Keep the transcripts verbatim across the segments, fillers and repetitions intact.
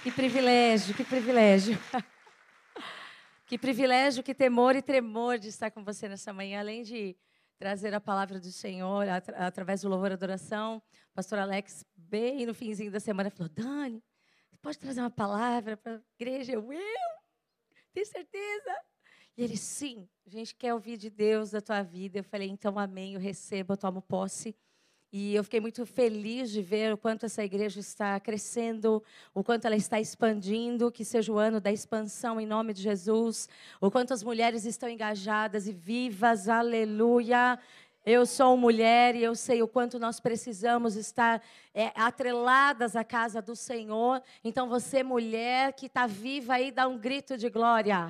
Que privilégio, que privilégio. Que privilégio, que temor e tremor de estar com você nessa manhã, além de trazer a palavra do Senhor at através do louvor e adoração. O pastor Alex, bem no finzinho da semana, falou: Dani, você pode trazer uma palavra para a igreja? Eu, eu? Tem certeza? E ele, sim, a gente quer ouvir de Deus da tua vida. Eu falei, então amém, eu recebo, eu tomo posse. E eu fiquei muito feliz de ver o quanto essa igreja está crescendo, o quanto ela está expandindo, que seja o ano da expansão em nome de Jesus, o quanto as mulheres estão engajadas e vivas, aleluia. Eu sou mulher e eu sei o quanto nós precisamos estar é, atreladas à casa do Senhor. Então você, mulher que está viva aí, dá um grito de glória.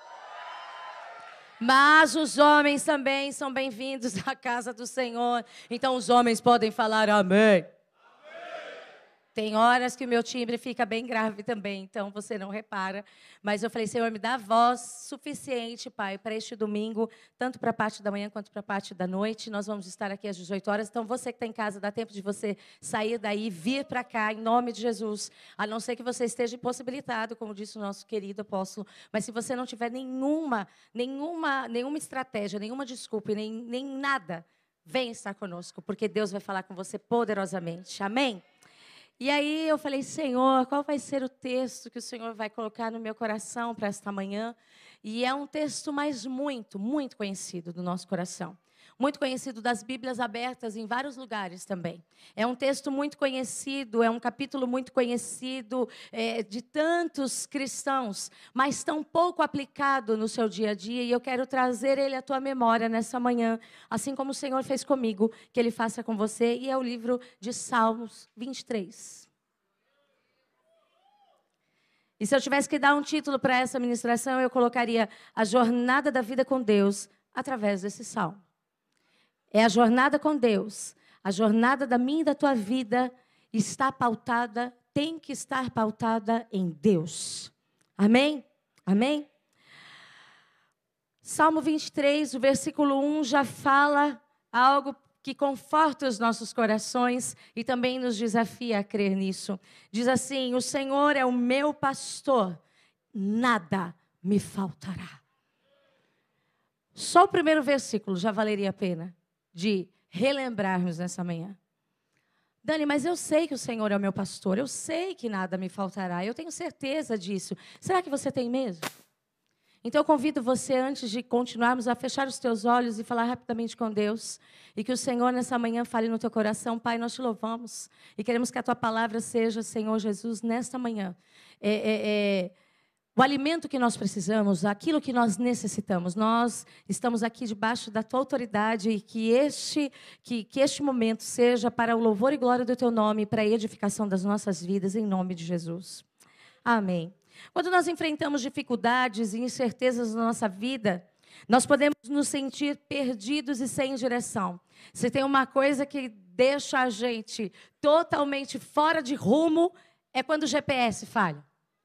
Mas os homens também são bem-vindos à casa do Senhor. Então os homens podem falar amém. Amém. Tem horas que o meu timbre fica bem grave também, então você não repara. Mas eu falei, Senhor, me dá voz suficiente, Pai, para este domingo, tanto para a parte da manhã quanto para a parte da noite. Nós vamos estar aqui às dezoito horas. Então você que está em casa, dá tempo de você sair daí, vir para cá, em nome de Jesus. A não ser que você esteja impossibilitado, como disse o nosso querido apóstolo. Mas se você não tiver nenhuma, nenhuma, nenhuma estratégia, nenhuma desculpa, nem, nem nada, venha estar conosco, porque Deus vai falar com você poderosamente. Amém? E aí eu falei, Senhor, qual vai ser o texto que o Senhor vai colocar no meu coração para esta manhã? E é um texto, mas muito, muito conhecido do nosso coração. Muito conhecido das Bíblias abertas em vários lugares também. É um texto muito conhecido, é um capítulo muito conhecido é, de tantos cristãos, mas tão pouco aplicado no seu dia a dia. E eu quero trazer ele à tua memória nessa manhã, assim como o Senhor fez comigo, que Ele faça com você. E é o livro de Salmos vinte e três. E se eu tivesse que dar um título para essa ministração, eu colocaria A Jornada da Vida com Deus através desse salmo. É a jornada com Deus, a jornada da minha e da tua vida está pautada, tem que estar pautada em Deus. Amém? Amém? Salmo vinte e três, o versículo um já fala algo que conforta os nossos corações e também nos desafia a crer nisso. Diz assim, o Senhor é o meu pastor, nada me faltará. Só o primeiro versículo já valeria a pena de relembrarmos nessa manhã. Dani, mas eu sei que o Senhor é o meu pastor, eu sei que nada me faltará, eu tenho certeza disso. Será que você tem mesmo? Então eu convido você, antes de continuarmos, a fechar os teus olhos e falar rapidamente com Deus. E que o Senhor nessa manhã fale no teu coração. Pai, nós te louvamos e queremos que a tua palavra seja, Senhor Jesus, nesta manhã. É, é, é, O alimento que nós precisamos, aquilo que nós necessitamos, nós estamos aqui debaixo da tua autoridade e que este, que, que este momento seja para o louvor e glória do teu nome e para a edificação das nossas vidas, em nome de Jesus. Amém. Quando nós enfrentamos dificuldades e incertezas na nossa vida, nós podemos nos sentir perdidos e sem direção. Se tem uma coisa que deixa a gente totalmente fora de rumo, é quando o G P S falha.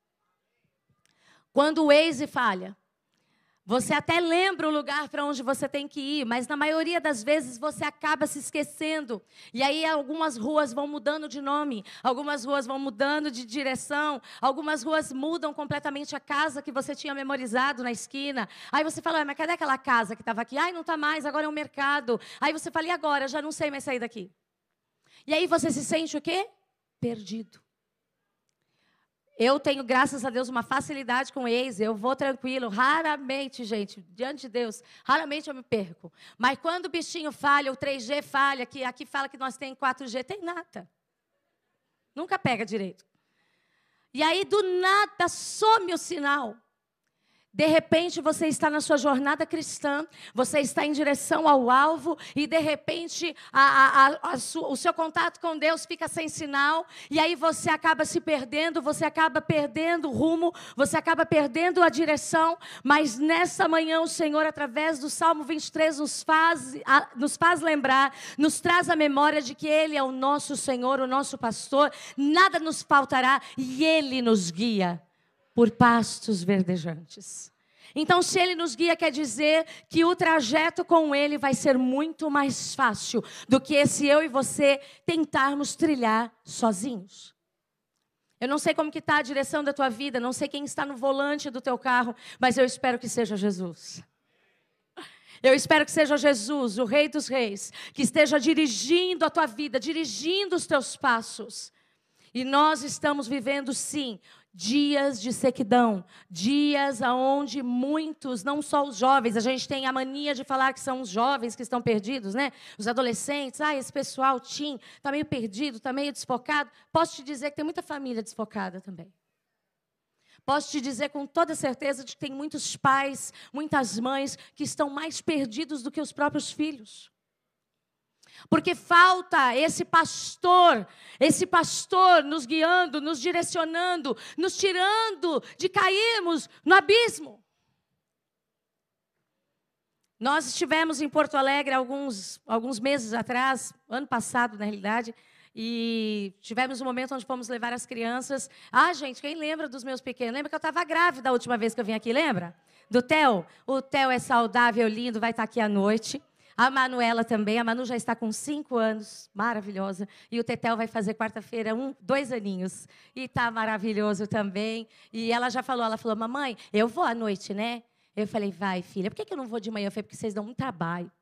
Quando o Waze falha, você até lembra o lugar para onde você tem que ir, mas na maioria das vezes você acaba se esquecendo. E aí algumas ruas vão mudando de nome, algumas ruas vão mudando de direção, algumas ruas mudam completamente a casa que você tinha memorizado na esquina. Aí você fala, mas cadê aquela casa que estava aqui? Ai, não está mais, agora é um mercado. Aí você fala, e agora? Já não sei mais sair daqui. E aí você se sente o quê? Perdido. Eu tenho, graças a Deus, uma facilidade com o Waze, eu vou tranquilo, raramente, gente, diante de Deus, raramente eu me perco. Mas quando o bichinho falha, o três G falha, que aqui fala que nós temos quatro G, tem nada. Nunca pega direito. E aí, do nada, some o sinal. De repente, você está na sua jornada cristã, você está em direção ao alvo e, de repente, a, a, a, a su, o seu contato com Deus fica sem sinal e aí você acaba se perdendo, você acaba perdendo o rumo, você acaba perdendo a direção, mas nessa manhã o Senhor, através do Salmo vinte e três, nos faz, a, nos faz lembrar, nos traz a memória de que Ele é o nosso Senhor, o nosso pastor, nada nos faltará e Ele nos guia por pastos verdejantes. Então, se Ele nos guia, quer dizer que o trajeto com Ele vai ser muito mais fácil do que se eu e você tentarmos trilhar sozinhos. Eu não sei como que está a direção da tua vida, não sei quem está no volante do teu carro, mas eu espero que seja Jesus. Eu espero que seja Jesus, o Rei dos Reis, que esteja dirigindo a tua vida, dirigindo os teus passos. E nós estamos vivendo, sim, dias de sequidão, dias onde muitos, não só os jovens, a gente tem a mania de falar que são os jovens que estão perdidos, né? Os adolescentes, ah, esse pessoal, teen, está meio perdido, está meio desfocado. Posso te dizer que tem muita família desfocada também. Posso te dizer com toda certeza de que tem muitos pais, muitas mães que estão mais perdidos do que os próprios filhos. Porque falta esse pastor, esse pastor nos guiando, nos direcionando, nos tirando de cairmos no abismo. Nós estivemos em Porto Alegre alguns, alguns meses atrás, ano passado na realidade, e tivemos um momento onde fomos levar as crianças. Ah, gente, quem lembra dos meus pequenos? Lembra que eu estava grávida a última vez que eu vim aqui, lembra? Do Theo? O Theo é saudável, lindo, vai estar aqui à noite. A Manuela também. A Manu já está com cinco anos, maravilhosa. E o Tetel vai fazer quarta-feira um, dois aninhos. E está maravilhoso também. E ela já falou, ela falou, mamãe, eu vou à noite, né? Eu falei, vai, filha. Por que que eu não vou de manhã? Eu falei, porque vocês dão muito trabalho.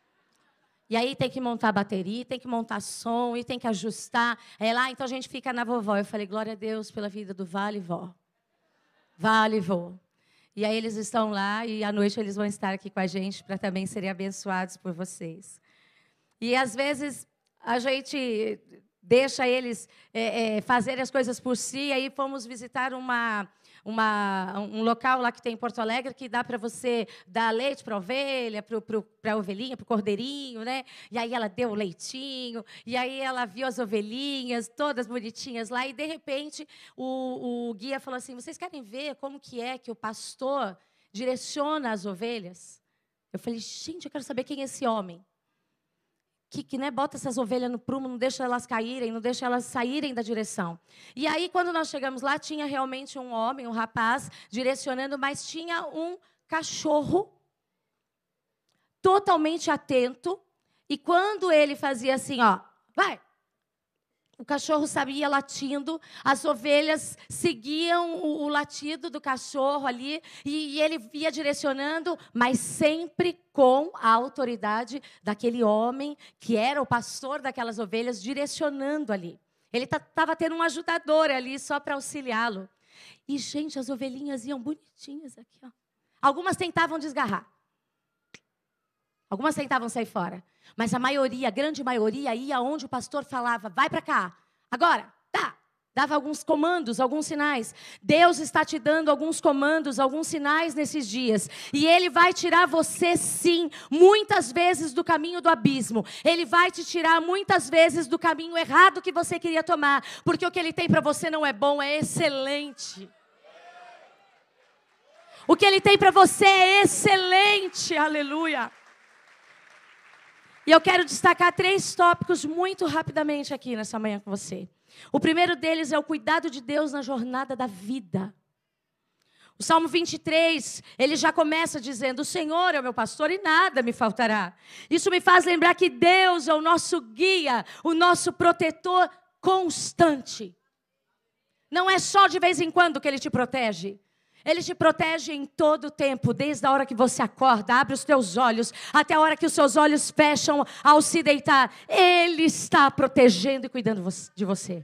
E aí tem que montar bateria, tem que montar som, e tem que ajustar. Aí lá, então a gente fica na vovó. Eu falei, glória a Deus pela vida do Vale, vó. Vale, vó. E aí eles estão lá e à noite eles vão estar aqui com a gente para também serem abençoados por vocês. E às vezes a gente deixa eles é, é, fazerem as coisas por si. E aí fomos visitar uma... Uma, um local lá que tem em Porto Alegre que dá para você dar leite para a ovelha, para a ovelhinha, para o cordeirinho, né? E aí ela deu o leitinho, e aí ela viu as ovelhinhas, todas bonitinhas lá, e de repente o, o guia falou assim, vocês querem ver como que é que o pastor direciona as ovelhas? Eu falei, gente, eu quero saber quem é esse homem. Que, que né, bota essas ovelhas no prumo, não deixa elas caírem, não deixa elas saírem da direção. E aí, quando nós chegamos lá, tinha realmente um homem, um rapaz, direcionando, mas tinha um cachorro totalmente atento. E quando ele fazia assim, ó, vai, o cachorro sabia latindo, as ovelhas seguiam o, o latido do cachorro ali, e, e ele ia direcionando, mas sempre com a autoridade daquele homem, que era o pastor daquelas ovelhas, direcionando ali. Ele estava tendo um ajudador ali, só para auxiliá-lo. E, gente, as ovelhinhas iam bonitinhas aqui, ó. Algumas tentavam desgarrar. Algumas tentavam sair fora. Mas a maioria, a grande maioria, ia onde o pastor falava, vai para cá, agora, tá. Dava alguns comandos, alguns sinais. Deus está te dando alguns comandos, alguns sinais nesses dias. E Ele vai tirar você, sim, muitas vezes do caminho do abismo. Ele vai te tirar muitas vezes do caminho errado que você queria tomar. Porque o que Ele tem para você não é bom, é excelente. O que Ele tem para você é excelente, aleluia. E eu quero destacar três tópicos muito rapidamente aqui nessa manhã com você. O primeiro deles é o cuidado de Deus na jornada da vida. O Salmo vinte e três, ele já começa dizendo, o Senhor é o meu pastor e nada me faltará. Isso me faz lembrar que Deus é o nosso guia, o nosso protetor constante. Não é só de vez em quando que Ele te protege. Ele te protege em todo o tempo, desde a hora que você acorda, abre os teus olhos, até a hora que os seus olhos fecham ao se deitar. Ele está protegendo e cuidando de você.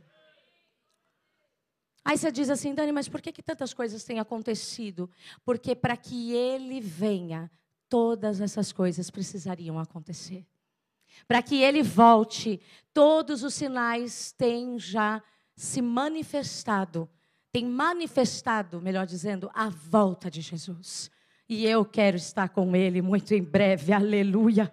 Aí você diz assim, Dani, mas por que, que tantas coisas têm acontecido? Porque para que Ele venha, todas essas coisas precisariam acontecer. Para que Ele volte, todos os sinais têm já se manifestado. Tem manifestado, melhor dizendo, a volta de Jesus. E eu quero estar com Ele muito em breve, aleluia.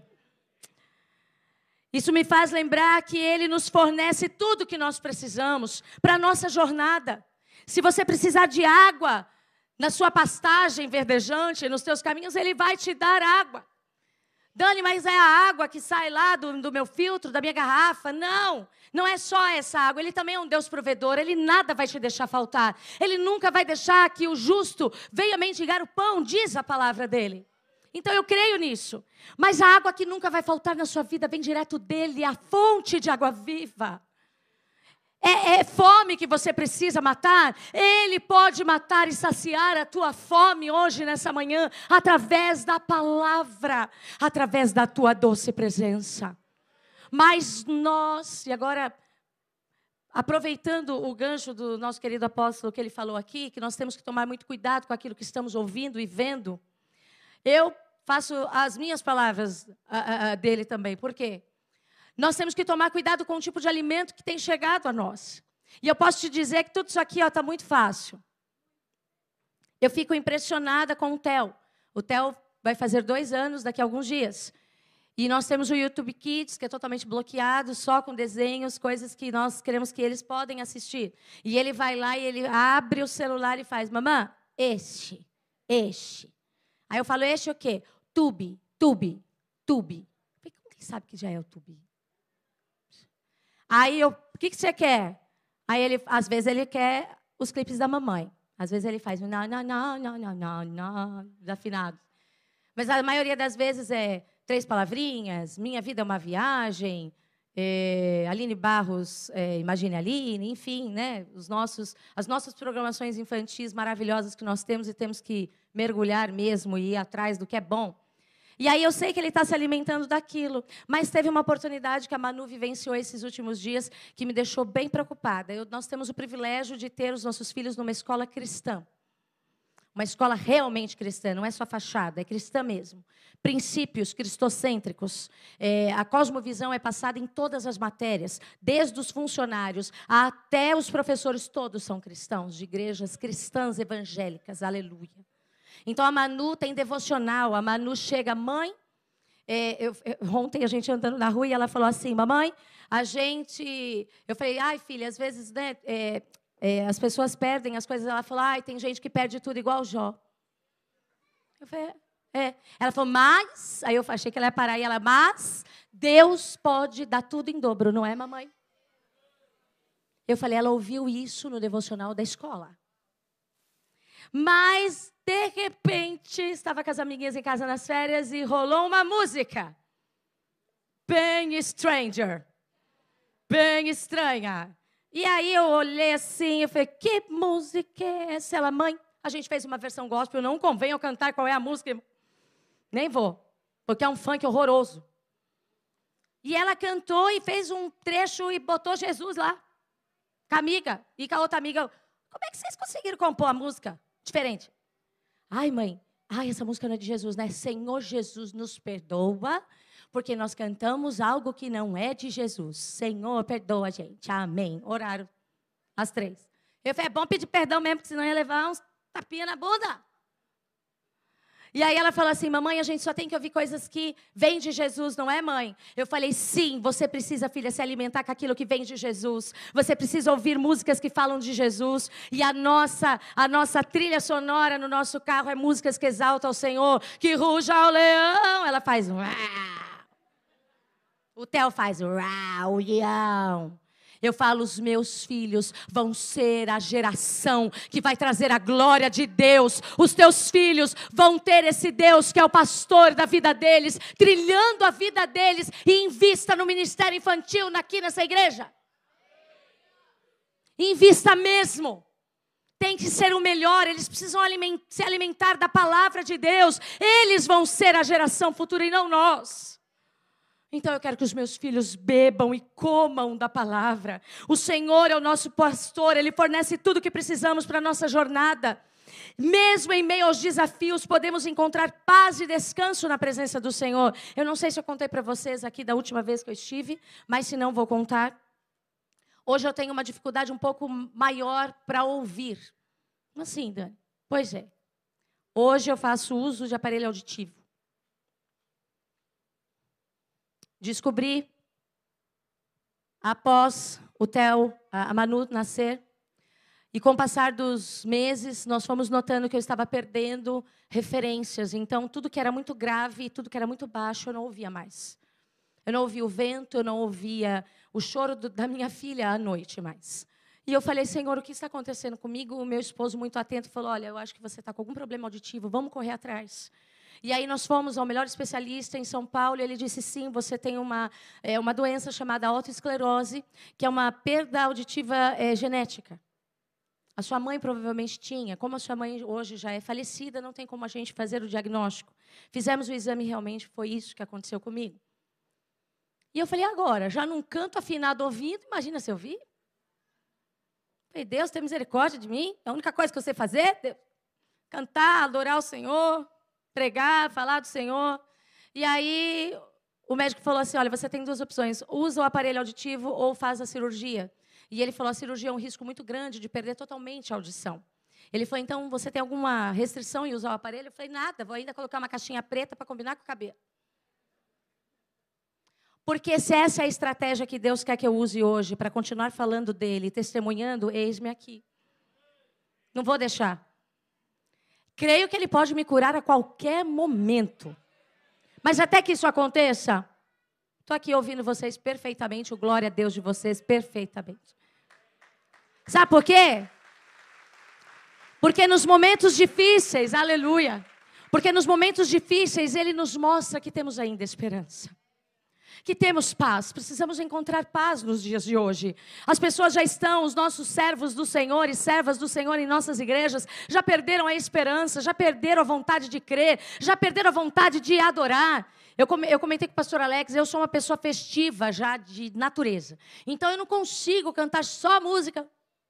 Isso me faz lembrar que Ele nos fornece tudo que nós precisamos para a nossa jornada. Se você precisar de água na sua pastagem verdejante, nos teus caminhos, Ele vai te dar água. Dani, mas é a água que sai lá do, do meu filtro, da minha garrafa? Não, não é só essa água. Ele também é um Deus provedor. Ele nada vai te deixar faltar. Ele nunca vai deixar que o justo venha mendigar o pão, diz a palavra dele. Então eu creio nisso. Mas a água que nunca vai faltar na sua vida vem direto dele, a fonte de água viva. É, é fome que você precisa matar? Ele pode matar e saciar a tua fome hoje, nessa manhã, através da palavra, através da tua doce presença. Mas nós, e agora, aproveitando o gancho do nosso querido apóstolo que ele falou aqui, que nós temos que tomar muito cuidado com aquilo que estamos ouvindo e vendo, eu faço as minhas palavras a, a, dele também. Por quê? Nós temos que tomar cuidado com o tipo de alimento que tem chegado a nós. E eu posso te dizer que tudo isso aqui está muito fácil. Eu fico impressionada com o Theo. O Theo vai fazer dois anos daqui a alguns dias. E nós temos o YouTube Kids, que é totalmente bloqueado, só com desenhos, coisas que nós queremos que eles podem assistir. E ele vai lá e ele abre o celular e faz, mamãe, este, este. Aí eu falo, este o quê? Tube, tube, tube. Como que ele sabe que já é o tube? Aí eu, o que, que você quer? Aí ele, às vezes ele quer os clipes da mamãe. Às vezes ele faz, não, não, não, não, não, não, não, desafinado. Mas a maioria das vezes é três palavrinhas, minha vida é uma viagem, é, Aline Barros, é, Imagine Aline, enfim, né? Os nossos, as nossas programações infantis maravilhosas que nós temos e temos que mergulhar mesmo e ir atrás do que é bom. E aí eu sei que ele está se alimentando daquilo, mas teve uma oportunidade que a Manu vivenciou esses últimos dias que me deixou bem preocupada. Eu, nós temos o privilégio de ter os nossos filhos numa escola cristã. Uma escola realmente cristã, não é só fachada, é cristã mesmo. Princípios cristocêntricos. É, a cosmovisão é passada em todas as matérias, desde os funcionários até os professores, todos são cristãos, de igrejas cristãs evangélicas, aleluia. Então, a Manu tem devocional. A Manu chega, mãe... É, eu, eu, ontem a gente andando na rua e ela falou assim, mamãe, a gente... Eu falei, ai, filha, às vezes, né, é, é, as pessoas perdem as coisas. Ela falou, ai, tem gente que perde tudo igual Jó. Eu falei, é. Ela falou, mas... Aí eu achei que ela ia parar e ela, mas Deus pode dar tudo em dobro, não é, mamãe? Eu falei, ela ouviu isso no devocional da escola. Mas, de repente, estava com as amiguinhas em casa nas férias e rolou uma música. Bem stranger. Bem estranha. E aí eu olhei assim, eu falei, que música é essa? Ela, mãe, a gente fez uma versão gospel, não convém eu cantar qual é a música. Nem vou, porque é um funk horroroso. E ela cantou e fez um trecho e botou Jesus lá. Com a amiga e com a outra amiga. Como é que vocês conseguiram compor a música? Diferente. Ai, mãe, ai, essa música não é de Jesus, né? Senhor Jesus, nos perdoa, porque nós cantamos algo que não é de Jesus. Senhor, perdoa a gente. Amém. Oraram as três. Eu falei, é bom pedir perdão mesmo, porque senão ia levar uns tapinha na bunda. E aí ela falou assim, mamãe, a gente só tem que ouvir coisas que vêm de Jesus, não é, mãe? Eu falei, sim, você precisa, filha, se alimentar com aquilo que vem de Jesus. Você precisa ouvir músicas que falam de Jesus. E a nossa, a nossa trilha sonora no nosso carro é músicas que exaltam o Senhor. Que ruja o leão. Ela faz... Uau. O Theo faz... Uau, o leão. Eu falo, os meus filhos vão ser a geração que vai trazer a glória de Deus. Os teus filhos vão ter esse Deus que é o pastor da vida deles, trilhando a vida deles, e invista no ministério infantil aqui nessa igreja. Invista mesmo. Tem que ser o melhor, eles precisam aliment- se alimentar da palavra de Deus. Eles vão ser a geração futura e não nós. Então eu quero que os meus filhos bebam e comam da palavra. O Senhor é o nosso pastor, Ele fornece tudo o que precisamos para a nossa jornada. Mesmo em meio aos desafios, podemos encontrar paz e descanso na presença do Senhor. Eu não sei se eu contei para vocês aqui da última vez que eu estive, mas se não, vou contar. Hoje eu tenho uma dificuldade um pouco maior para ouvir. Assim, Dani? Pois é. Hoje eu faço uso de aparelho auditivo. Descobri, após o Theo, a Manu nascer, e com o passar dos meses, nós fomos notando que eu estava perdendo referências. Então, tudo que era muito grave, tudo que era muito baixo, eu não ouvia mais. Eu não ouvia o vento, eu não ouvia o choro do, da minha filha à noite mais. E eu falei, Senhor, o que está acontecendo comigo? O meu esposo, muito atento, falou, olha, eu acho que você está com algum problema auditivo, vamos correr atrás. E aí nós fomos ao melhor especialista em São Paulo e ele disse, sim, você tem uma, é, uma doença chamada autoesclerose, que é uma perda auditiva é, genética. A sua mãe provavelmente tinha. Como a sua mãe hoje já é falecida, não tem como a gente fazer o diagnóstico. Fizemos o exame e realmente foi isso que aconteceu comigo. E eu falei, agora, já num canto afinado ouvindo, imagina se eu vi. Falei, Deus, tem misericórdia de mim. É a única coisa que eu sei fazer. Deus. Cantar, adorar o Senhor, pregar, falar do Senhor. E aí o médico falou assim, olha, você tem duas opções. Usa o aparelho auditivo ou faz a cirurgia. E ele falou, a cirurgia é um risco muito grande de perder totalmente a audição. Ele falou, então, você tem alguma restrição em usar o aparelho? Eu falei, nada, vou ainda colocar uma caixinha preta para combinar com o cabelo. Porque se essa é a estratégia que Deus quer que eu use hoje para continuar falando dele, testemunhando, eis-me aqui. Não vou deixar. Creio que ele pode me curar a qualquer momento. Mas até que isso aconteça, estou aqui ouvindo vocês perfeitamente, o glória a Deus de vocês perfeitamente. Sabe por quê? Porque nos momentos difíceis, aleluia, porque nos momentos difíceis Ele nos mostra que temos ainda esperança. Que temos paz, precisamos encontrar paz nos dias de hoje. As pessoas já estão, os nossos servos do Senhor e servas do Senhor em nossas igrejas, já perderam a esperança, já perderam a vontade de crer, já perderam a vontade de adorar. Eu comentei com o pastor Alex, eu sou uma pessoa festiva já de natureza. Então eu não consigo cantar só música.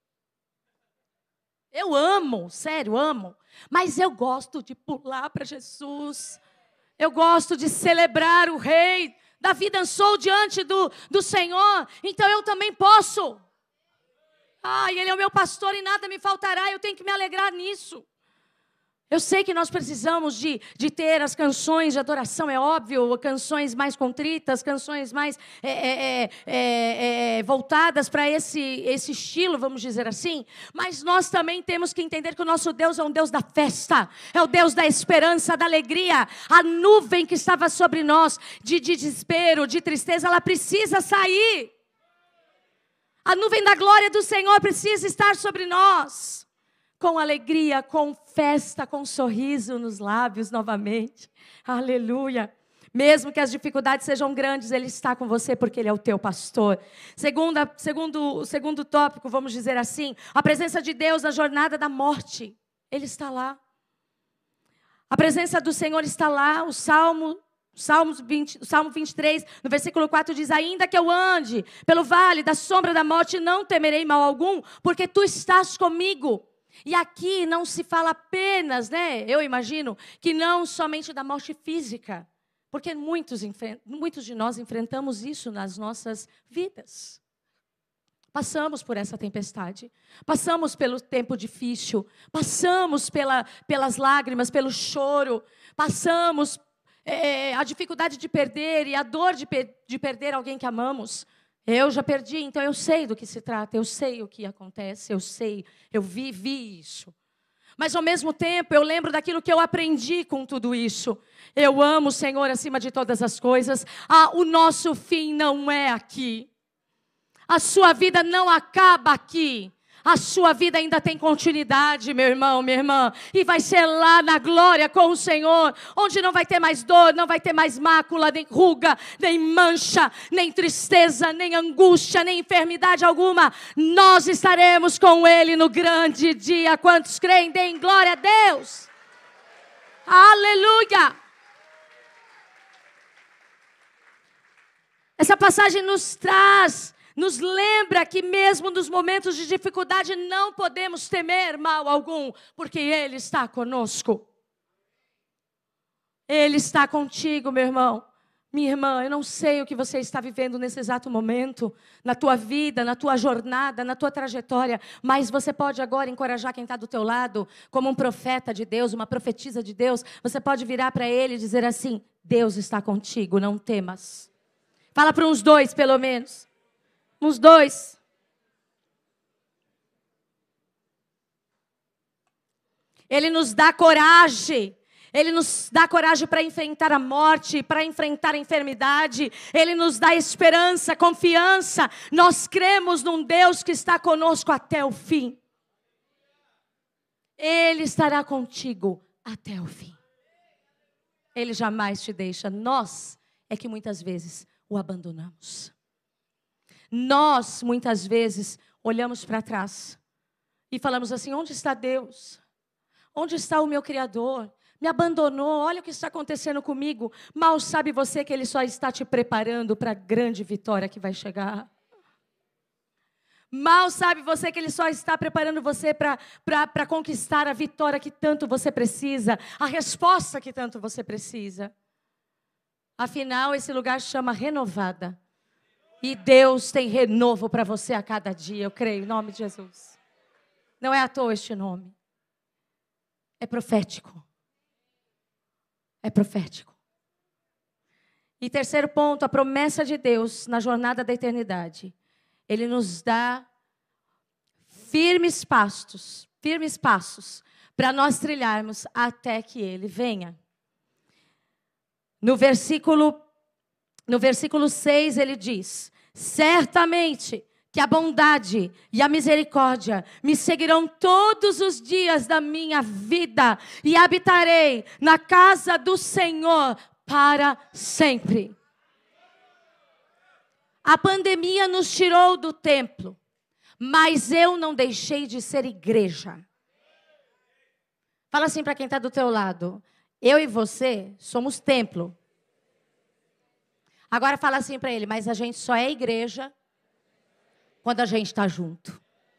Eu amo, sério, amo. Mas eu gosto de pular para Jesus. Eu gosto de celebrar o Rei. Davi dançou diante do, do Senhor, então eu também posso. Ah, Ele é o meu pastor e nada me faltará, eu tenho que me alegrar nisso. Eu sei que nós precisamos de, de ter as canções de adoração, é óbvio, canções mais contritas, canções mais é, é, é, é, voltadas para esse, esse estilo, vamos dizer assim. Mas nós também temos que entender que o nosso Deus é um Deus da festa, é o Deus da esperança, da alegria. A nuvem que estava sobre nós, de, de desespero, de tristeza, ela precisa sair. A nuvem da glória do Senhor precisa estar sobre nós. Com alegria, com festa, com sorriso nos lábios novamente. Aleluia. Mesmo que as dificuldades sejam grandes, Ele está com você porque Ele é o teu pastor. Segunda, segundo, o segundo tópico, vamos dizer assim, a presença de Deus na jornada da morte. Ele está lá. A presença do Senhor está lá. O Salmo, Salmos vinte, o Salmo vinte e três, no versículo quatro diz, ainda que eu ande pelo vale da sombra da morte, não temerei mal algum, porque Tu estás comigo. E aqui não se fala apenas, né, eu imagino, que não somente da morte física, porque muitos, muitos de nós enfrentamos isso nas nossas vidas. Passamos por essa tempestade, passamos pelo tempo difícil, passamos pela, pelas lágrimas, pelo choro, passamos é, a dificuldade de perder e a dor de, per de perder alguém que amamos. Eu já perdi, então eu sei do que se trata, eu sei o que acontece, eu sei, eu vivi isso. Mas ao mesmo tempo eu lembro daquilo que eu aprendi com tudo isso. Eu amo o Senhor acima de todas as coisas. Ah, o nosso fim não é aqui. A sua vida não acaba aqui. A sua vida ainda tem continuidade, meu irmão, minha irmã. E vai ser lá na glória com o Senhor, onde não vai ter mais dor, não vai ter mais mácula, nem ruga, nem mancha, nem tristeza, nem angústia, nem enfermidade alguma. Nós estaremos com Ele no grande dia. Quantos creem, deem glória a Deus. Aleluia. Essa passagem nos traz... nos lembra que mesmo nos momentos de dificuldade não podemos temer mal algum, porque Ele está conosco. Ele está contigo, meu irmão. Minha irmã, eu não sei o que você está vivendo nesse exato momento, na tua vida, na tua jornada, na tua trajetória, mas você pode agora encorajar quem está do teu lado, como um profeta de Deus, uma profetisa de Deus, você pode virar para ele e dizer assim, Deus está contigo, não temas. Fala para uns dois, pelo menos. Uns dois. Ele nos dá coragem. Ele nos dá coragem para enfrentar a morte, para enfrentar a enfermidade. Ele nos dá esperança, confiança. Nós cremos num Deus que está conosco até o fim. Ele estará contigo até o fim. Ele jamais te deixa. Nós é que muitas vezes o abandonamos. Nós, muitas vezes, olhamos para trás e falamos assim, onde está Deus? Onde está o meu Criador? Me abandonou, olha o que está acontecendo comigo. Mal sabe você que Ele só está te preparando para a grande vitória que vai chegar. Mal sabe você que Ele só está preparando você para para conquistar a vitória que tanto você precisa, a resposta que tanto você precisa. Afinal, esse lugar chama renovada. E Deus tem renovo para você a cada dia, eu creio, em nome de Jesus. Não é à toa este nome. É profético. É profético. E terceiro ponto, a promessa de Deus na jornada da eternidade. Ele nos dá firmes passos, firmes passos para nós trilharmos até que Ele venha. No versículo, no versículo seis ele diz, certamente que a bondade e a misericórdia me seguirão todos os dias da minha vida e habitarei na casa do Senhor para sempre. A pandemia nos tirou do templo, mas eu não deixei de ser igreja. Fala assim para quem está do teu lado, eu e você somos templo. Agora fala assim para ele, mas a gente só é igreja quando a gente está junto.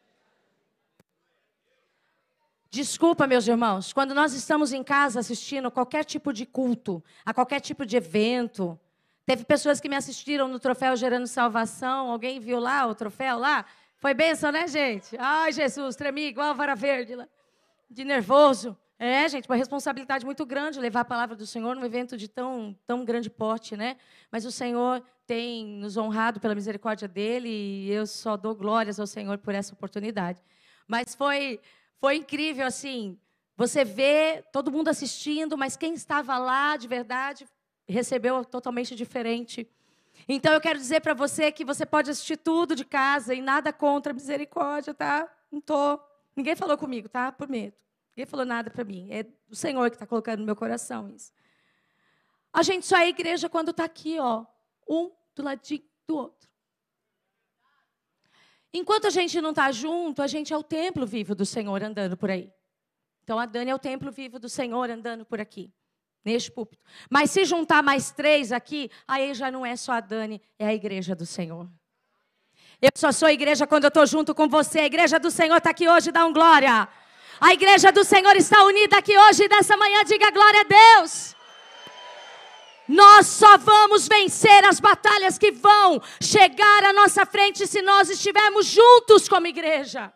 Desculpa, meus irmãos, quando nós estamos em casa assistindo qualquer tipo de culto, a qualquer tipo de evento, teve pessoas que me assistiram no Troféu Gerando Salvação, alguém viu lá o troféu lá? Foi bênção, né, gente? Ai, Jesus, tremi igual a vara verde lá, de nervoso. É, gente, uma responsabilidade muito grande levar a palavra do Senhor num evento de tão, tão grande porte, né? Mas o Senhor tem nos honrado pela misericórdia dEle e eu só dou glórias ao Senhor por essa oportunidade. Mas foi, foi incrível, assim, você vê todo mundo assistindo, mas quem estava lá de verdade recebeu totalmente diferente. Então, eu quero dizer para você que você pode assistir tudo de casa e nada contra a misericórdia, tá? Não tô. Ninguém falou comigo, tá? Por medo. Ninguém falou nada para mim. É o Senhor que está colocando no meu coração isso. A gente só é igreja quando está aqui, ó. Um do ladinho do outro. Enquanto a gente não está junto, a gente é o templo vivo do Senhor andando por aí. Então, a Dani é o templo vivo do Senhor andando por aqui. Neste púlpito. Mas se juntar mais três aqui, aí já não é só a Dani, é a igreja do Senhor. Eu só sou igreja quando eu estou junto com você. A igreja do Senhor está aqui hoje, dá um glória. A igreja do Senhor está unida aqui hoje, dessa manhã, diga glória a Deus. Nós só vamos vencer as batalhas que vão chegar à nossa frente se nós estivermos juntos como igreja.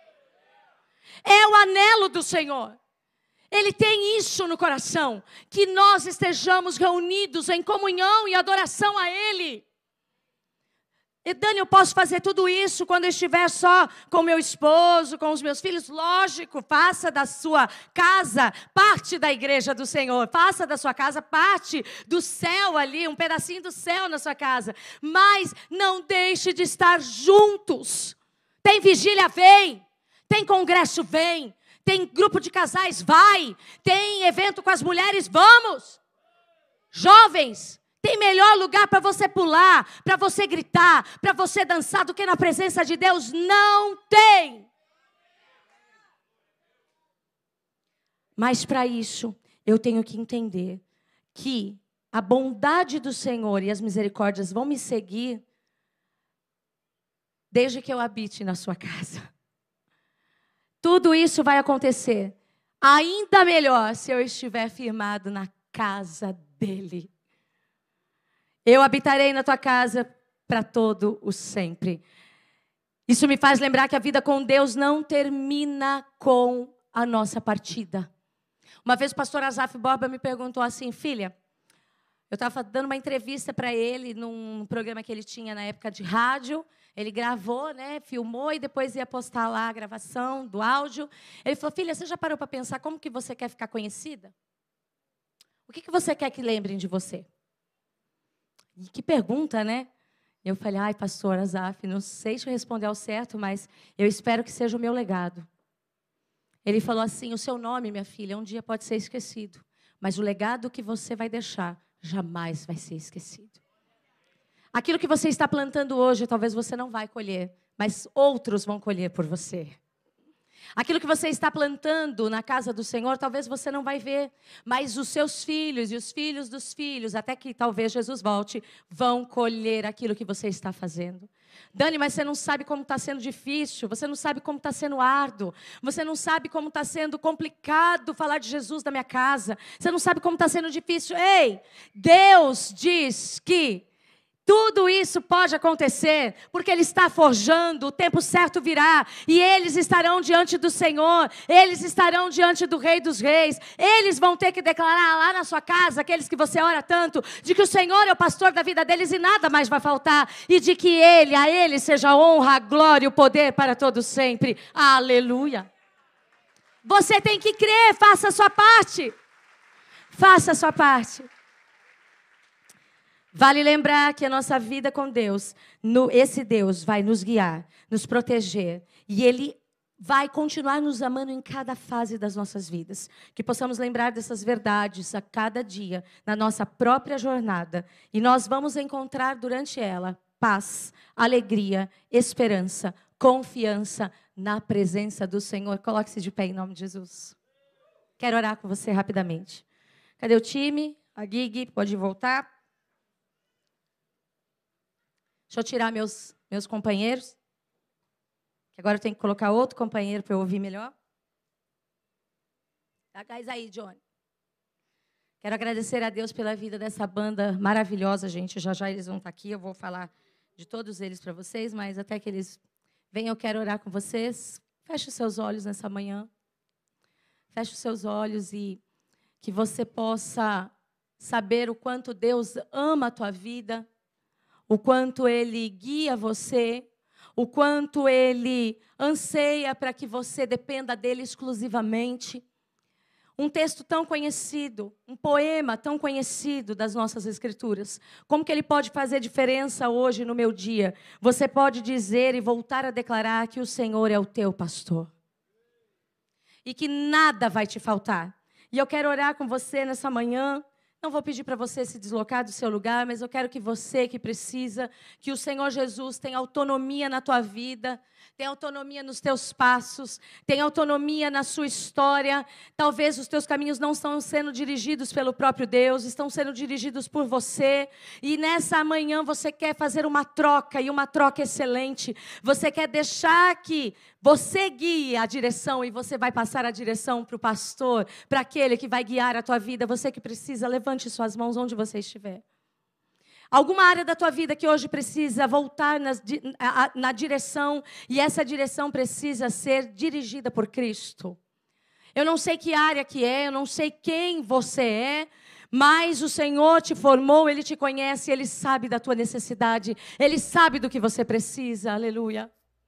É o anelo do Senhor. Ele tem isso no coração, que nós estejamos reunidos em comunhão e adoração a Ele. E Dani, eu posso fazer tudo isso quando eu estiver só com meu esposo, com os meus filhos? Lógico, faça da sua casa parte da igreja do Senhor. Faça da sua casa parte do céu ali, um pedacinho do céu na sua casa. Mas não deixe de estar juntos. Tem vigília, vem. Tem congresso, vem. Tem grupo de casais, vai. Tem evento com as mulheres, vamos. Jovens, tem melhor lugar para você pular, para você gritar, para você dançar do que na presença de Deus? Não tem. Mas para isso, eu tenho que entender que a bondade do Senhor e as misericórdias vão me seguir desde que eu habite na sua casa. Tudo isso vai acontecer ainda melhor se eu estiver firmado na casa dEle. Eu habitarei na tua casa para todo o sempre. Isso me faz lembrar que a vida com Deus não termina com a nossa partida. Uma vez o pastor Azaf Borba me perguntou assim, filha, eu estava dando uma entrevista para ele num programa que ele tinha na época de rádio. Ele gravou, né, filmou e depois ia postar lá a gravação do áudio. Ele falou, filha, você já parou para pensar como que você quer ficar conhecida? O que, que você quer que lembrem de você? E que pergunta, né? Eu falei, ai, pastor Azaf, não sei te responder ao certo, mas eu espero que seja o meu legado. Ele falou assim, o seu nome, minha filha, um dia pode ser esquecido, mas o legado que você vai deixar jamais vai ser esquecido. Aquilo que você está plantando hoje, talvez você não vai colher, mas outros vão colher por você. Aquilo que você está plantando na casa do Senhor, talvez você não vai ver, mas os seus filhos e os filhos dos filhos, até que talvez Jesus volte, vão colher aquilo que você está fazendo. Dani, mas você não sabe como está sendo difícil, você não sabe como está sendo árduo, você não sabe como está sendo complicado falar de Jesus na minha casa, você não sabe como está sendo difícil. Ei, Deus diz que tudo isso pode acontecer, porque Ele está forjando, o tempo certo virá, e eles estarão diante do Senhor, eles estarão diante do Rei dos Reis, eles vão ter que declarar lá na sua casa, aqueles que você ora tanto, de que o Senhor é o pastor da vida deles e nada mais vai faltar, e de que Ele, a Ele seja a honra, a glória e o poder para todos sempre. Aleluia! Você tem que crer, faça a sua parte, faça a sua parte. Vale lembrar que a nossa vida com Deus, no, esse Deus vai nos guiar, nos proteger. E Ele vai continuar nos amando em cada fase das nossas vidas. Que possamos lembrar dessas verdades a cada dia, na nossa própria jornada. E nós vamos encontrar durante ela paz, alegria, esperança, confiança na presença do Senhor. Coloque-se de pé em nome de Jesus. Quero orar com você rapidamente. Cadê o time? A Gigi pode voltar. Deixa eu tirar meus, meus companheiros. Que agora eu tenho que colocar outro companheiro para eu ouvir melhor. Dá gás aí, Johnny. Quero agradecer a Deus pela vida dessa banda maravilhosa, gente. Já já eles vão estar aqui. Eu vou falar de todos eles para vocês, mas até que eles venham, eu quero orar com vocês. Feche os seus olhos nessa manhã. Feche os seus olhos e que você possa saber o quanto Deus ama a tua vida, o quanto Ele guia você, o quanto Ele anseia para que você dependa dEle exclusivamente. Um texto tão conhecido, um poema tão conhecido das nossas Escrituras. Como que ele pode fazer diferença hoje no meu dia? Você pode dizer e voltar a declarar que o Senhor é o teu pastor. E que nada vai te faltar. E eu quero orar com você nessa manhã. Não vou pedir para você se deslocar do seu lugar, mas eu quero que você que precisa, que o Senhor Jesus tenha autonomia na tua vida, tenha autonomia nos teus passos, tenha autonomia na sua história. Talvez os teus caminhos não estão sendo dirigidos pelo próprio Deus, estão sendo dirigidos por você. E nessa manhã você quer fazer uma troca, e uma troca excelente. Você quer deixar que você guie a direção, e você vai passar a direção para o pastor, para aquele que vai guiar a tua vida. Você que precisa, levante suas mãos onde você estiver. Alguma área da tua vida que hoje precisa voltar na, na direção, e essa direção precisa ser dirigida por Cristo. Eu não sei que área que é, eu não sei quem você é, mas o Senhor te formou, Ele te conhece, Ele sabe da tua necessidade, Ele sabe do que você precisa, aleluia.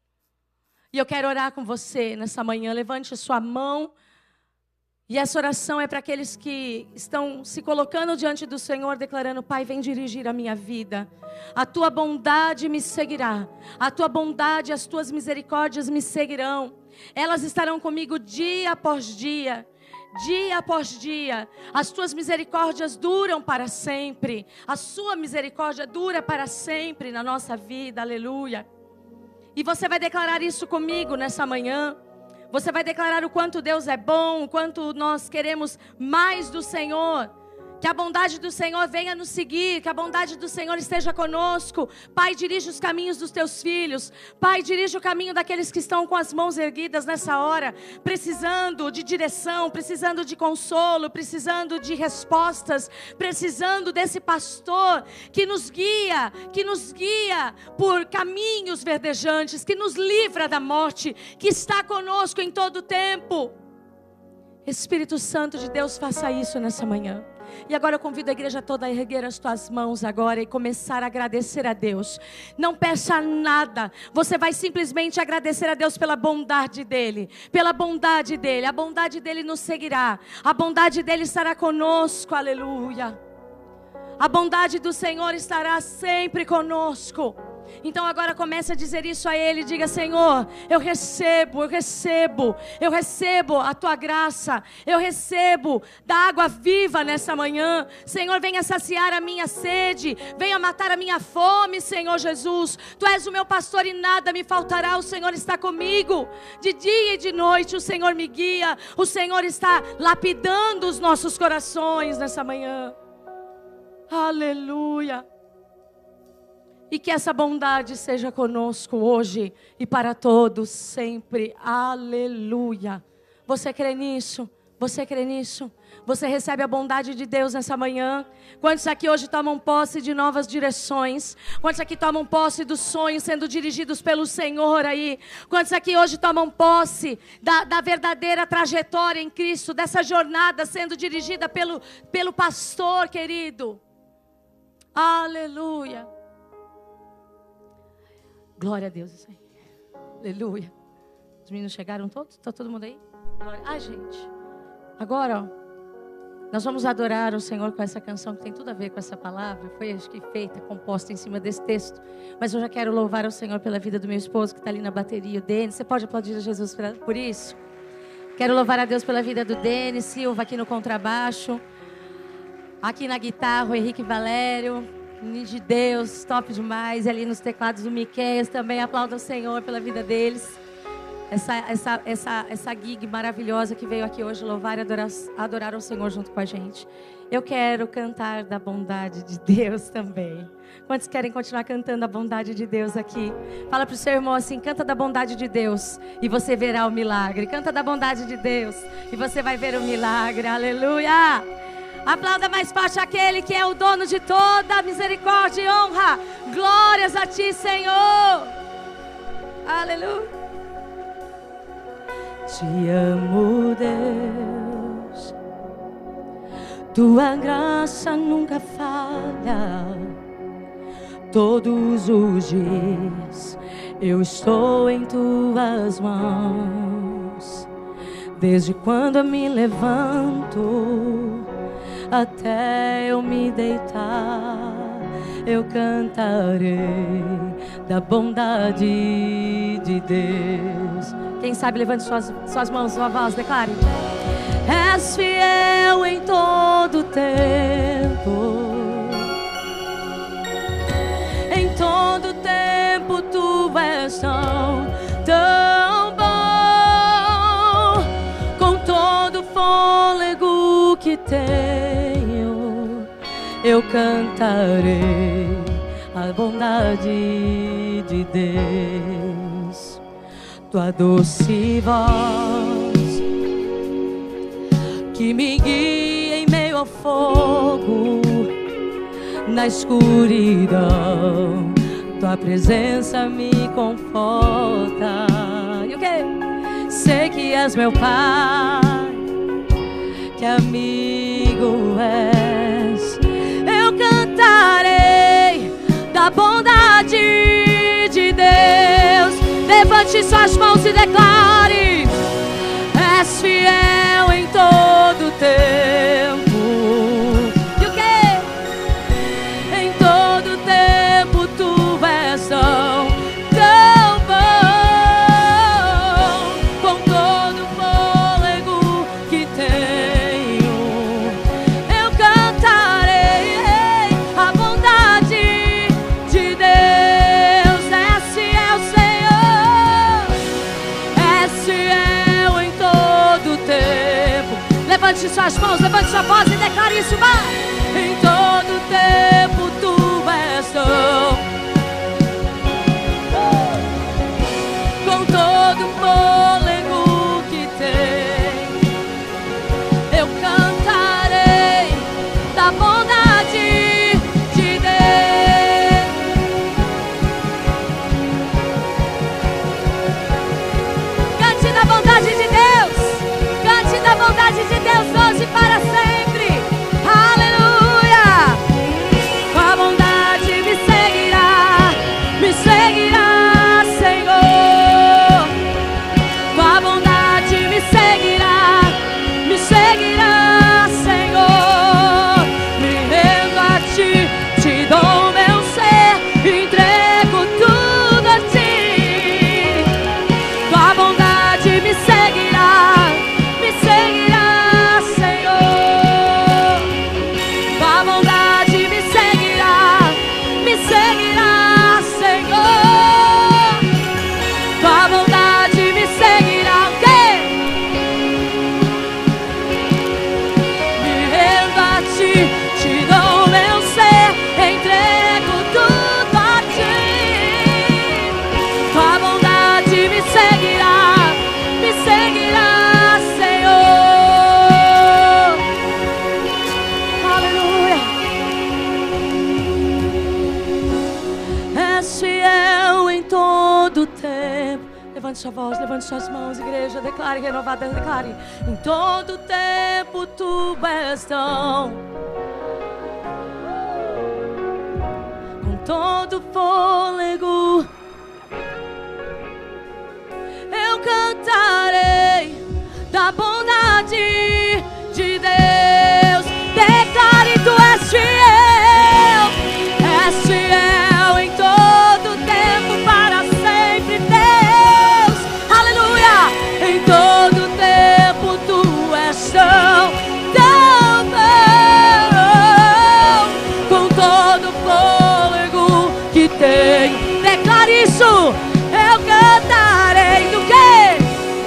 E eu quero orar com você nessa manhã. Levante a sua mão. E essa oração é para aqueles que estão se colocando diante do Senhor, declarando: Pai, vem dirigir a minha vida. A tua bondade me seguirá. A tua bondade, as tuas misericórdias me seguirão. Elas estarão comigo dia após dia. Dia após dia. As tuas misericórdias duram para sempre. A sua misericórdia dura para sempre na nossa vida. Aleluia. E você vai declarar isso comigo nessa manhã. Você vai declarar o quanto Deus é bom, o quanto nós queremos mais do Senhor. Que a bondade do Senhor venha nos seguir, que a bondade do Senhor esteja conosco. Pai, dirige os caminhos dos teus filhos. Pai, dirige o caminho daqueles que estão com as mãos erguidas nessa hora, precisando de direção, precisando de consolo, precisando de respostas, precisando desse pastor que nos guia, que nos guia por caminhos verdejantes, que nos livra da morte, que está conosco em todo o tempo. Espírito Santo de Deus, faça isso nessa manhã. E agora eu convido a igreja toda a erguer as tuas mãos agora e começar a agradecer a Deus. Não peça nada, você vai simplesmente agradecer a Deus pela bondade dEle, pela bondade dEle. A bondade dEle nos seguirá, a bondade dEle estará conosco, aleluia. A bondade do Senhor estará sempre conosco. Então agora comece a dizer isso a Ele. Diga: Senhor, eu recebo, eu recebo, eu recebo a Tua graça. Eu recebo da água viva nessa manhã. Senhor, venha saciar a minha sede. Venha matar a minha fome, Senhor Jesus. Tu és o meu pastor e nada me faltará. O Senhor está comigo. De dia e de noite o Senhor me guia. O Senhor está lapidando os nossos corações nessa manhã. Aleluia. E que essa bondade seja conosco hoje e para todos sempre. Aleluia. Você crê nisso? Você crê nisso? Você recebe a bondade de Deus nessa manhã? Quantos aqui hoje tomam posse de novas direções? Quantos aqui tomam posse dos sonhos sendo dirigidos pelo Senhor aí? Quantos aqui hoje tomam posse da, da verdadeira trajetória em Cristo, dessa jornada sendo dirigida pelo, pelo pastor querido? Aleluia. Glória a Deus, isso aí. Aleluia. Os meninos chegaram todos? Está todo mundo aí? Glória. Ah, gente. Agora, ó, nós vamos adorar o Senhor com essa canção que tem tudo a ver com essa palavra. Foi, acho que, feita, composta em cima desse texto. Mas eu já quero louvar o Senhor pela vida do meu esposo que está ali na bateria, o Denis. Você pode aplaudir a Jesus por isso? Quero louvar a Deus pela vida do Denis Silva aqui no contrabaixo. Aqui na guitarra, o Henrique Valério. De Deus, top demais. E ali nos teclados do Miqueias também. Aplauda o Senhor pela vida deles. Essa, essa, essa, essa gig maravilhosa que veio aqui hoje louvar e adorar, adorar o Senhor junto com a gente. Eu quero cantar da bondade de Deus também. Quantos querem continuar cantando a bondade de Deus aqui? Fala para o seu irmão assim: canta da bondade de Deus e você verá o milagre. Canta da bondade de Deus e você vai ver o milagre. Aleluia! Aplauda mais forte aquele que é o dono de toda a misericórdia e honra. Glórias a ti, Senhor. Aleluia. Te amo, Deus. Tua graça nunca falha. Todos os dias eu estou em tuas mãos. Desde quando eu me levanto até eu me deitar, eu cantarei da bondade de Deus. Quem sabe, levante suas, suas mãos, sua voz, declare. És fiel em todo tempo. Em todo tempo tu és tão, tão bom. Com todo fôlego que tenho, eu cantarei a bondade de Deus. Tua doce voz que me guia em meio ao fogo, na escuridão, tua presença me conforta. E o quê? Sei que és meu Pai, que amigo és. Eu cantarei da bondade de Deus. Levante suas mãos e declare: és fiel em todo tempo. E o quê? Em todo tempo tu és tão, tão bom. Com todo fôlego que tenho, eu cantarei a bondade de Deus. És fiel, Senhor. És fiel em todo tempo. Levante suas mãos, levante sua voz e declare isso, vai. Em todo tempo tu és tão, com todo fôlego que tem, eu cantarei da bondade de Deus. Cante da bondade de Deus. Cante da bondade de Deus hoje e para sempre. Aleluia. levante sua voz, levante suas mãos, igreja, declare, renovada, declare. Em todo tempo tu és tão, com todo fôlego eu cantarei da bondade de Deus. Declare, tu és fiel, és fiel em todo tempo, para sempre, Deus. Aleluia! Em todo tempo tu és tão, tão bom, com todo fôlego que tenho. Declare isso, eu cantarei do quê?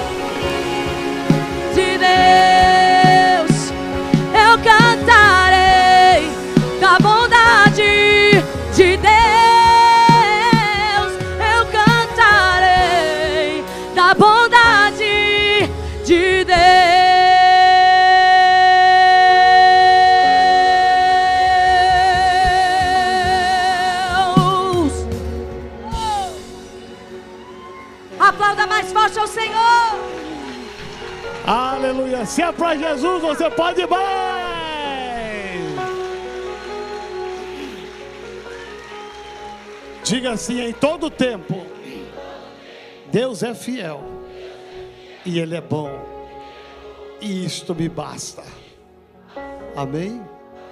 De Deus. Eu cantarei da bondade de Deus. Eu cantarei da bondade de Deus. Aplauda mais forte ao Senhor. Aleluia. Se é para Jesus, você pode ir mais. Diga assim: em todo tempo Deus é fiel e Ele é bom, e isto me basta. Amém?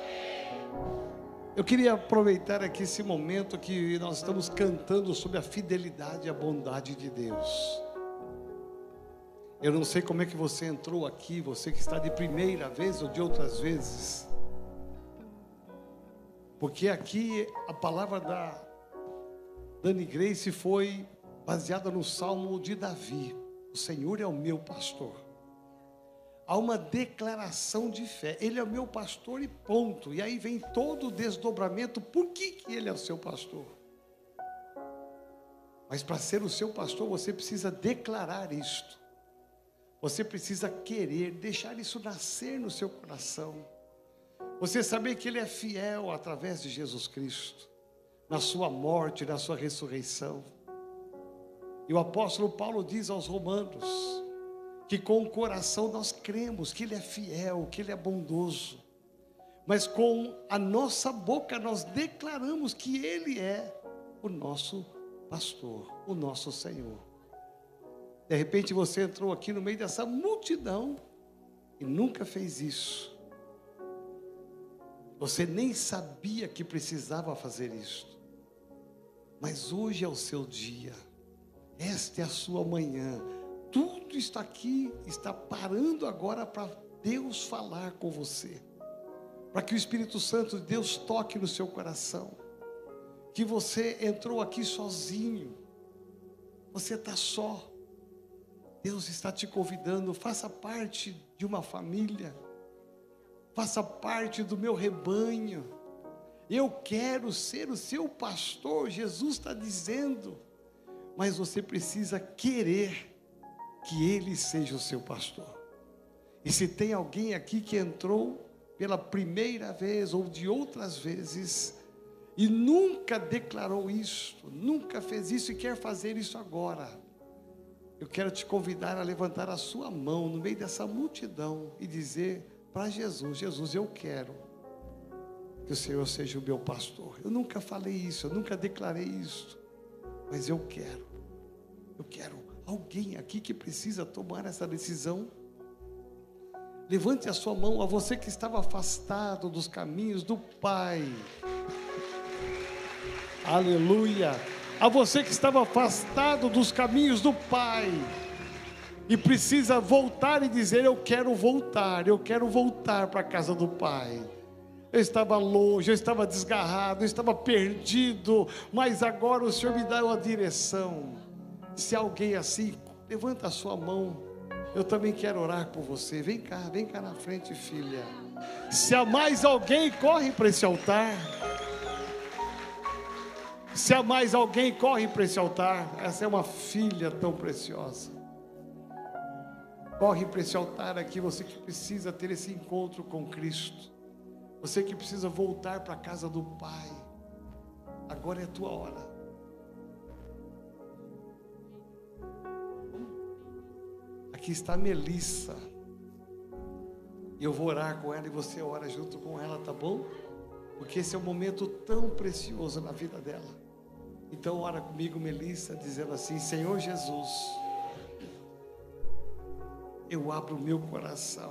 Eu queria aproveitar aqui esse momento que nós estamos cantando sobre a fidelidade e a bondade de Deus. Eu não sei como é que você entrou aqui, você que está de primeira vez ou de outras vezes, porque aqui a palavra da Dani Grace foi baseada no Salmo de Davi: o Senhor é o meu pastor. Há uma declaração de fé: Ele é o meu pastor e ponto. E aí vem todo o desdobramento: por que que Ele é o seu pastor? Mas para ser o seu pastor, você precisa declarar isto. Você precisa querer, deixar isso nascer no seu coração. Você saber que Ele é fiel através de Jesus Cristo, na sua morte, na sua ressurreição. E o apóstolo Paulo diz aos Romanos que com o coração nós cremos que Ele é fiel, que Ele é bondoso, mas com a nossa boca nós declaramos que Ele é o nosso pastor, o nosso Senhor. De repente você entrou aqui no meio dessa multidão e nunca fez isso. Você nem sabia que precisava fazer isso. Mas hoje é o seu dia. Esta é a sua manhã. Tudo está aqui, está parando agora para Deus falar com você. Para que o Espírito Santo de Deus toque no seu coração. Que você entrou aqui sozinho. Você está só. Deus está te convidando: faça parte de uma família, faça parte do meu rebanho, eu quero ser o seu pastor. Jesus está dizendo, mas você precisa querer que Ele seja o seu pastor. E se tem alguém aqui que entrou pela primeira vez ou de outras vezes e nunca declarou isso, nunca fez isso e quer fazer isso agora, eu quero te convidar a levantar a sua mão no meio dessa multidão e dizer para Jesus: Jesus, eu quero que o Senhor seja o meu pastor. Eu nunca falei isso, eu nunca declarei isso, mas eu quero. Eu quero. Alguém aqui que precisa tomar essa decisão? Levante a sua mão. A você que estava afastado dos caminhos do Pai. Aleluia. A você que estava afastado dos caminhos do Pai e precisa voltar e dizer: eu quero voltar, eu quero voltar para a casa do Pai. Eu estava longe, eu estava desgarrado, eu estava perdido, mas agora o Senhor me dá uma direção. Se alguém assim, levanta a sua mão. Eu também quero orar por você. Vem cá, vem cá na frente, filha. Se há mais alguém, corre para esse altar. Se há mais alguém, corre para esse altar. Essa é uma filha tão preciosa. Corre para esse altar aqui, você que precisa ter esse encontro com Cristo. Você que precisa voltar para a casa do Pai. Agora é a tua hora. aqui está a Melissa. E eu vou orar com ela e você ora junto com ela, tá bom? Porque esse é um momento tão precioso na vida dela. Então ora comigo, Melissa, dizendo assim: Senhor Jesus, eu abro o meu coração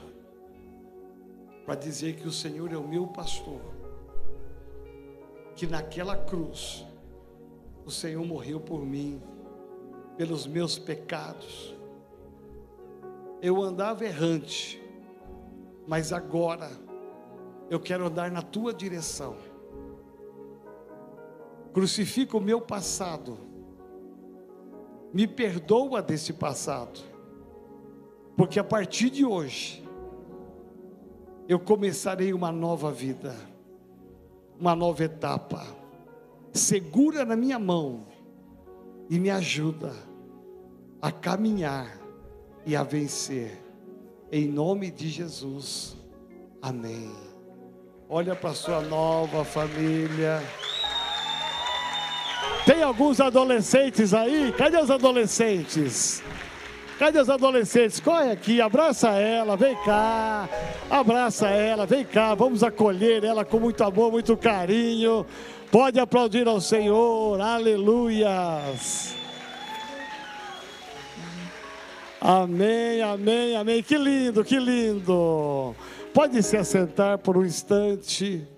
para dizer que o Senhor é o meu pastor, que naquela cruz o Senhor morreu por mim, pelos meus pecados. Eu andava errante, mas agora eu quero andar na tua direção. Crucifica o meu passado, me perdoa desse passado, porque a partir de hoje eu começarei uma nova vida, uma nova etapa. Segura na minha mão e me ajuda a caminhar e a vencer, em nome de Jesus, amém. Olha para a sua nova família. Tem alguns adolescentes aí? Cadê os adolescentes? Cadê os adolescentes? Corre aqui, abraça ela, vem cá. Abraça ela, vem cá. Vamos acolher ela com muito amor, muito carinho. Pode aplaudir ao Senhor, aleluias. Amém, amém, amém. Que lindo, que lindo. Pode se assentar por um instante.